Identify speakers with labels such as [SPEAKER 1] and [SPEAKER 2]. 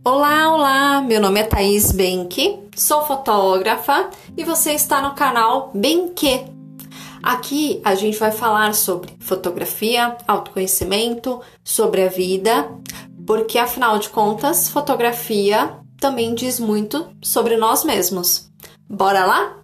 [SPEAKER 1] Olá, olá! Meu nome é Thaís Benck, sou fotógrafa e você está no canal Benque. Aqui a gente vai falar sobre fotografia, autoconhecimento, sobre a vida, porque afinal de contas, fotografia também diz muito sobre nós mesmos. Bora lá?